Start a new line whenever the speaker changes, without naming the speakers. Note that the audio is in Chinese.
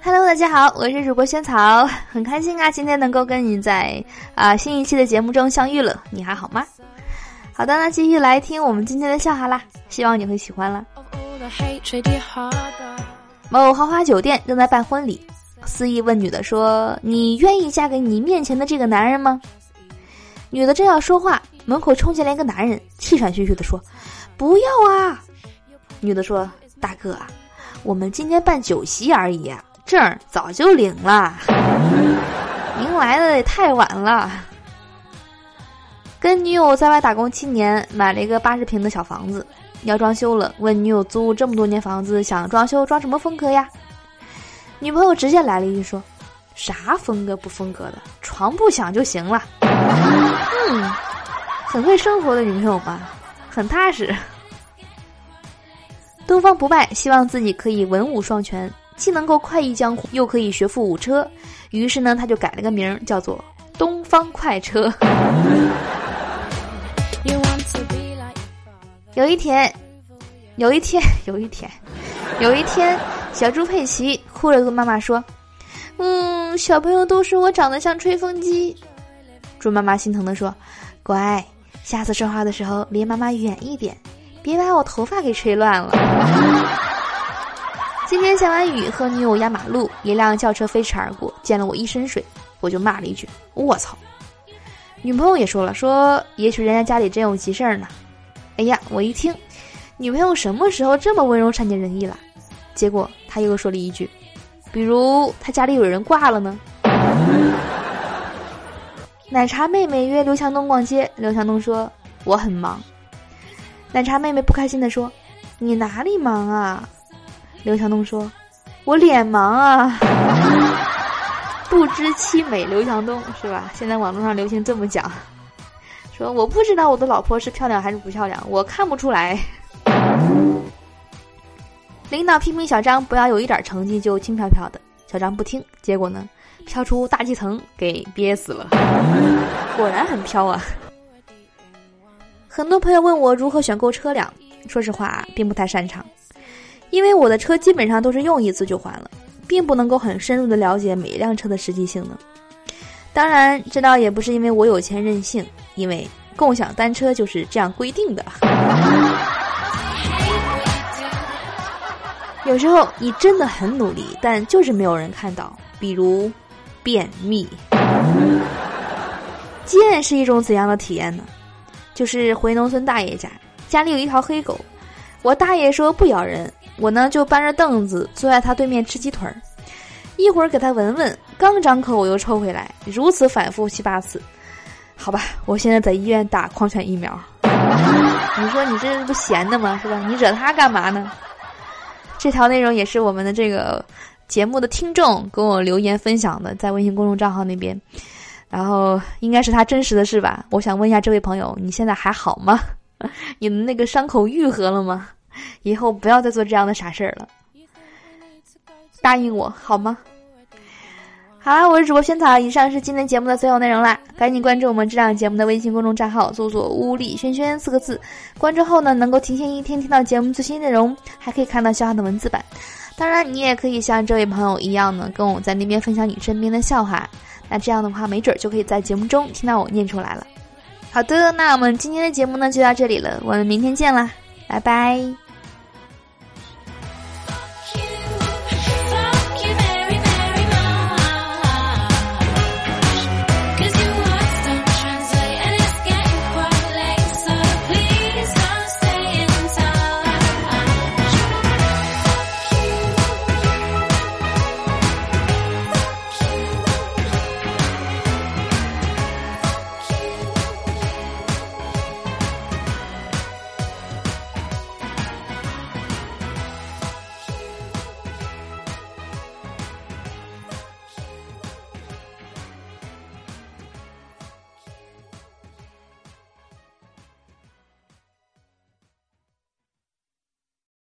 Hello， 大家好，我是主播萱草，很开心啊，今天能够跟你在新一期的节目中相遇了，你还好吗？好的，那继续来听我们今天的笑话啦，希望你会喜欢了。某豪华酒店正在办婚礼，司仪问女的说：“你愿意嫁给你面前的这个男人吗？”女的正要说话，门口冲进来一个男人，气喘吁吁地说：“不要啊！”女的说：“大哥啊，我们今天办酒席而已啊，证儿早就领了，您来的也太晚了。”跟女友在外打工7年，买了一个80平的小房子，要装修了，问女友租这么多年房子，想装修装什么风格呀？女朋友直接来了一句说：“啥风格不风格的，床不响就行了。”很会生活的女朋友嘛，很踏实。东方不败希望自己可以文武双全，既能够快意江湖，又可以学富五车，于是呢，他就改了个名，叫做东方快车。有一天，小猪佩奇哭着跟妈妈说：“小朋友都说我长得像吹风机。”猪妈妈心疼地说：“乖，下次说话的时候离妈妈远一点，别把我头发给吹乱了。”今天下完雨和女友压马路，一辆轿车飞驰而过，溅了我一身水，我就骂了一句：“我操！”女朋友也说了，说也许人家家里真有急事儿呢。哎呀，我一听，女朋友什么时候这么温柔善解人意了？结果她又说了一句：“比如她家里有人挂了呢。”奶茶妹妹约刘强东逛街，刘强东说：“我很忙。”奶茶妹妹不开心地说：“你哪里忙啊？”刘强东说：“我脸忙啊。”不知其美刘强东是吧？现在网络上流行这么讲，说我不知道我的老婆是漂亮还是不漂亮，我看不出来。领导批评小张不要有一点成绩就轻飘飘的，小张不听，结果呢飘出大气层给憋死了。果然很飘啊。很多朋友问我如何选购车辆，说实话并不太擅长，因为我的车基本上都是用一次就还了，并不能够很深入的了解每一辆车的实际性能。当然这倒也不是因为我有钱任性，因为共享单车就是这样规定的。有时候你真的很努力，但就是没有人看到，比如便秘。贱是一种怎样的体验呢？就是回农村大爷家里有一条黑狗，我大爷说不咬人，我呢就搬着凳子坐在他对面吃鸡腿儿，一会儿给他闻闻，刚张口我又抽回来，如此反复7、8次。好吧，我现在在医院打狂犬疫苗。你说你这不闲的吗？是吧？你惹他干嘛呢？这条内容也是我们的这个节目的听众跟我留言分享的，在微信公众账号那边，然后应该是他真实的事吧。我想问一下这位朋友，你现在还好吗？你的那个伤口愈合了吗？以后不要再做这样的傻事儿了，答应我好吗？好了，我是主播萱草，以上是今天节目的所有内容啦。赶紧关注我们这档节目的微信公众账号，搜索屋里萱萱4个字，关注后呢能够提前1天听到节目最新内容，还可以看到笑话的文字版。当然你也可以像这位朋友一样呢，跟我在那边分享你身边的笑话，那这样的话没准就可以在节目中听到我念出来了。好的，那我们今天的节目呢就到这里了，我们明天见啦，拜拜。